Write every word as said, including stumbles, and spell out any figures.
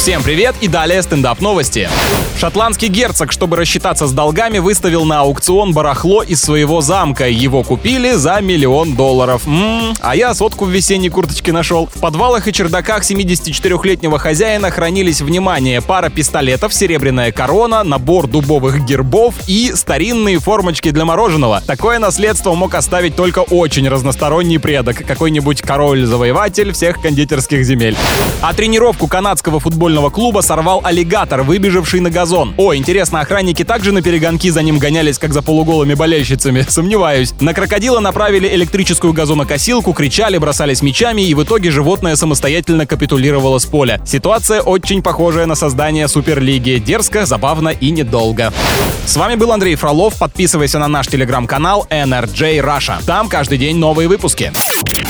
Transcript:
Всем привет и далее стендап-новости. Шотландский герцог, чтобы рассчитаться с долгами, выставил на аукцион барахло из своего замка. Его купили за миллион долларов. Ммм, а я сотку в весенней курточке нашел. В подвалах и чердаках семидесятичетырёхлетнего хозяина хранились, внимание, пара пистолетов, серебряная корона, набор дубовых гербов и старинные формочки для мороженого. Такое наследство мог оставить только очень разносторонний предок, какой-нибудь король-завоеватель всех кондитерских земель. А тренировку канадского футбольного клуба сорвал аллигатор, выбежавший на газон. О, интересно, охранники также на перегонки за ним гонялись, как за полуголыми болельщицами? Сомневаюсь. На крокодила направили электрическую газонокосилку, кричали, бросались мячами, и в итоге животное самостоятельно капитулировало с поля. Ситуация очень похожая на создание Суперлиги. Дерзко, забавно и недолго. С вами был Андрей Фролов. Подписывайся на наш телеграм-канал эн эр джей Russia. Там каждый день новые выпуски.